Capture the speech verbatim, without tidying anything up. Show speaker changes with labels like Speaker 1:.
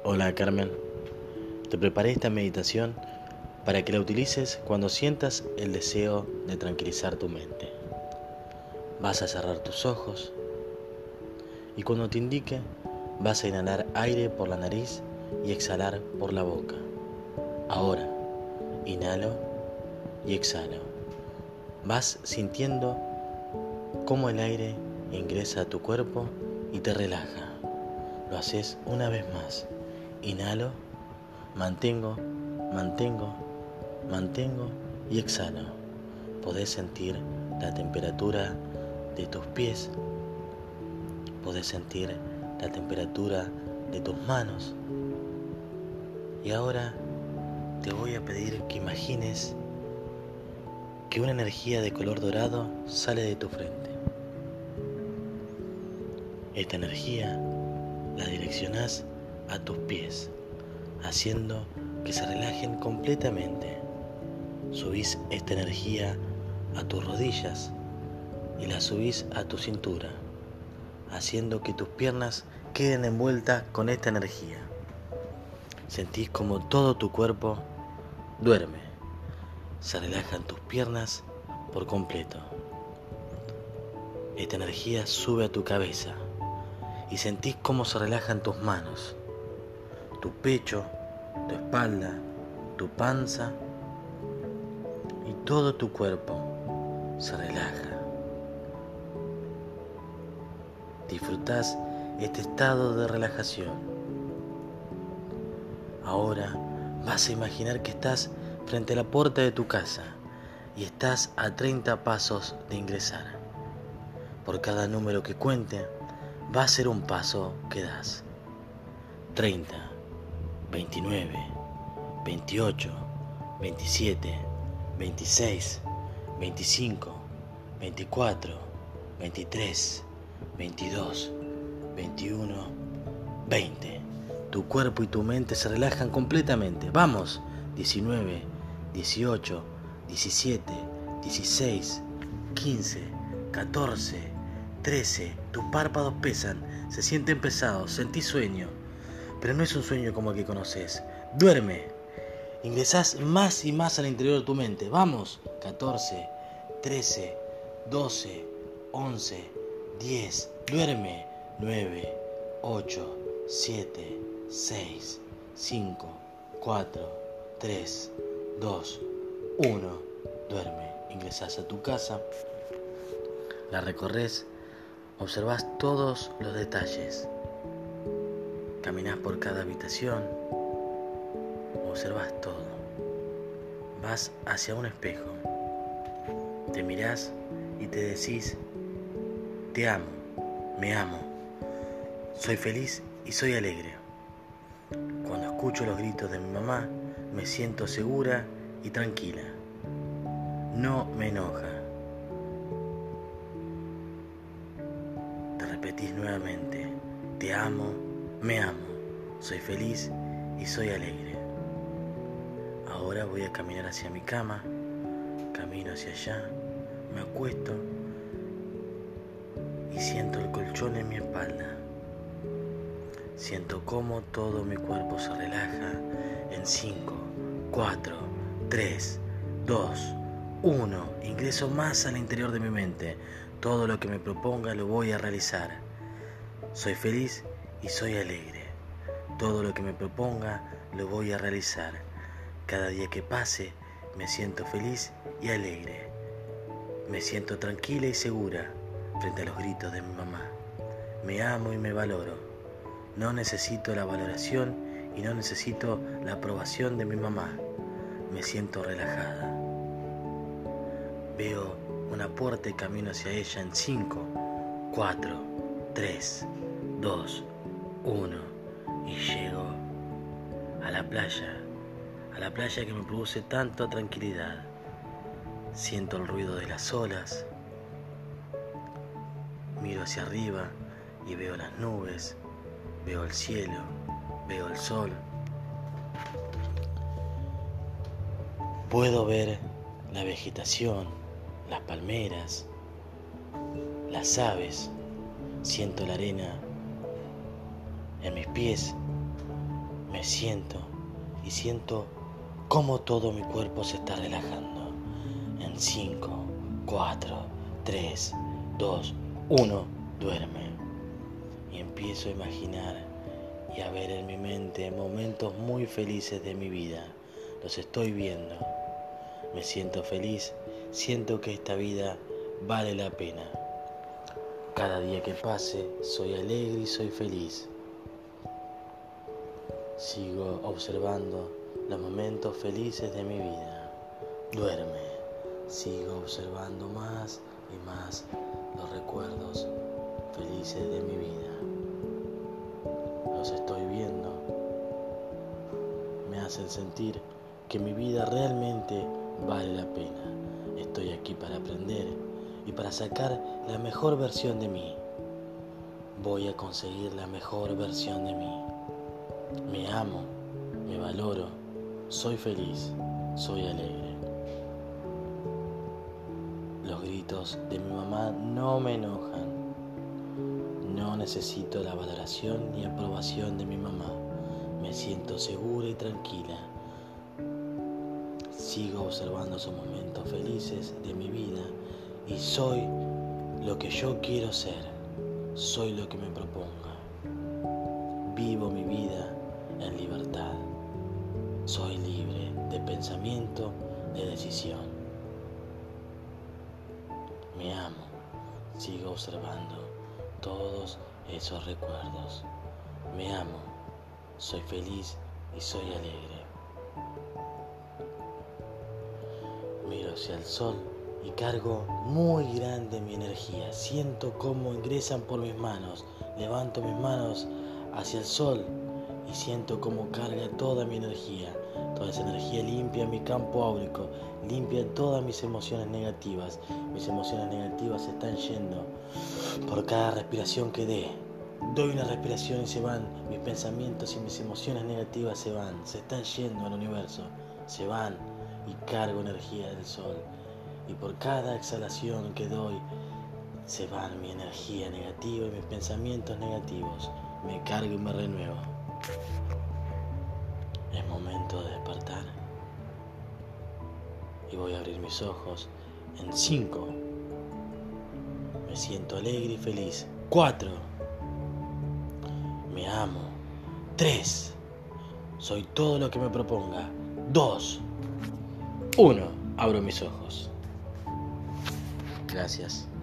Speaker 1: Hola Carmen, te preparé esta meditación para que la utilices cuando sientas el deseo de tranquilizar tu mente. Vas a cerrar tus ojos y cuando te indique vas a inhalar aire por la nariz y exhalar por la boca. Ahora, inhalo y exhalo. Vas sintiendo cómo el aire ingresa a tu cuerpo y te relaja. Lo haces una vez más. Inhalo, mantengo, mantengo, mantengo y exhalo. Podés sentir la temperatura de tus pies, podés sentir la temperatura de tus manos. Y ahora te voy a pedir que imagines que una energía de color dorado sale de tu frente. Esta energía la direccionás a tus pies, haciendo que se relajen completamente. Subís esta energía a tus rodillas y la subís a tu cintura, haciendo que tus piernas queden envueltas con esta energía. Sentís como todo tu cuerpo duerme, se relajan tus piernas por completo. Esta energía sube a tu cabeza y sentís cómo se relajan tus manos, tu pecho, tu espalda, tu panza y todo tu cuerpo se relaja. Disfrutás este estado de relajación. Ahora vas a imaginar que estás frente a la puerta de tu casa y estás a treinta pasos de ingresar. Por cada número que cuente, va a ser un paso que das. treinta, veintinueve, veintiocho, veintisiete, veintiséis, veinticinco, veinticuatro, veintitrés, veintidós, veintiuno, veinte. Tu cuerpo y tu mente se relajan completamente. Vamos, diecinueve, dieciocho, diecisiete, dieciséis, quince, catorce, trece. Tus párpados pesan, se sienten pesados, sentís sueño. Pero no es un sueño como el que conoces. Duerme. Ingresás más y más al interior de tu mente. Vamos. catorce, trece, doce, once, diez. Duerme. nueve, ocho, siete, seis, cinco, cuatro, tres, dos, uno. Duerme. Ingresás a tu casa. La recorres. Observás todos los detalles. Caminás por cada habitación. Observás todo. Vas hacia un espejo. Te mirás y te decís: te amo, me amo, soy feliz y soy alegre. Cuando escucho los gritos de mi mamá, me siento segura y tranquila. No me enoja. Te repetís nuevamente: te amo, me amo, soy feliz y soy alegre. Ahora voy a caminar hacia mi cama, camino hacia allá, me acuesto y siento el colchón en mi espalda. Siento cómo todo mi cuerpo se relaja en cinco, cuatro, tres, dos, uno. Ingreso más al interior de mi mente. Todo lo que me proponga lo voy a realizar. Soy feliz y soy alegre. Todo lo que me proponga lo voy a realizar. Cada día que pase me siento feliz y alegre. Me siento tranquila y segura frente a los gritos de mi mamá. Me amo y me valoro. No necesito la valoración y no necesito la aprobación de mi mamá. Me siento relajada. Veo una puerta y camino hacia ella en cinco, cuatro, tres, dos, uno y llego a la playa, a la playa que me produce tanta tranquilidad. Siento el ruido de las olas, miro hacia arriba y veo las nubes, veo el cielo, veo el sol. Puedo ver la vegetación, las palmeras, las aves. Siento la arena en mis pies Me siento y siento cómo todo mi cuerpo se está relajando. En cinco, cuatro, tres, dos, uno, duerme. Y empiezo a imaginar y a ver en mi mente momentos muy felices de mi vida. Los estoy viendo. Me siento feliz, siento que esta vida vale la pena. Cada día que pase, soy alegre y soy feliz. Sigo observando los momentos felices de mi vida. Duerme. Sigo observando más y más los recuerdos felices de mi vida. Los estoy viendo. Me hacen sentir que mi vida realmente vale la pena. Estoy aquí para aprender y para sacar la mejor versión de mí. Voy a conseguir la mejor versión de mí. Me amo, me valoro, soy feliz, soy alegre. Los gritos de mi mamá no me enojan. No necesito la valoración ni aprobación de mi mamá. Me siento segura y tranquila. Sigo observando esos momentos felices de mi vida y soy lo que yo quiero ser. Soy lo que me proponga. Vivo mi vida en libertad. Soy libre de pensamiento, de decisión. Me amo. Sigo observando todos esos recuerdos. Me amo. Soy feliz y soy alegre. Miro hacia el sol y cargo muy grande mi energía. Siento cómo ingresan por mis manos. Levanto mis manos hacia el sol y siento cómo carga toda mi energía. Toda esa energía limpia mi campo áurico, limpia todas mis emociones negativas. Mis emociones negativas se están yendo por cada respiración que dé. Doy una respiración y se van. Mis pensamientos y mis emociones negativas se van. Se están yendo al universo. Se van y cargo energía del sol. Y por cada exhalación que doy, se van mi energía negativa y mis pensamientos negativos. Me cargo y me renuevo. Es momento de despertar. Y voy a abrir mis ojos en cinco. Me siento alegre y feliz. Cuatro. Me amo. Tres. Soy todo lo que me proponga. Dos. Uno. Abro mis ojos. Gracias.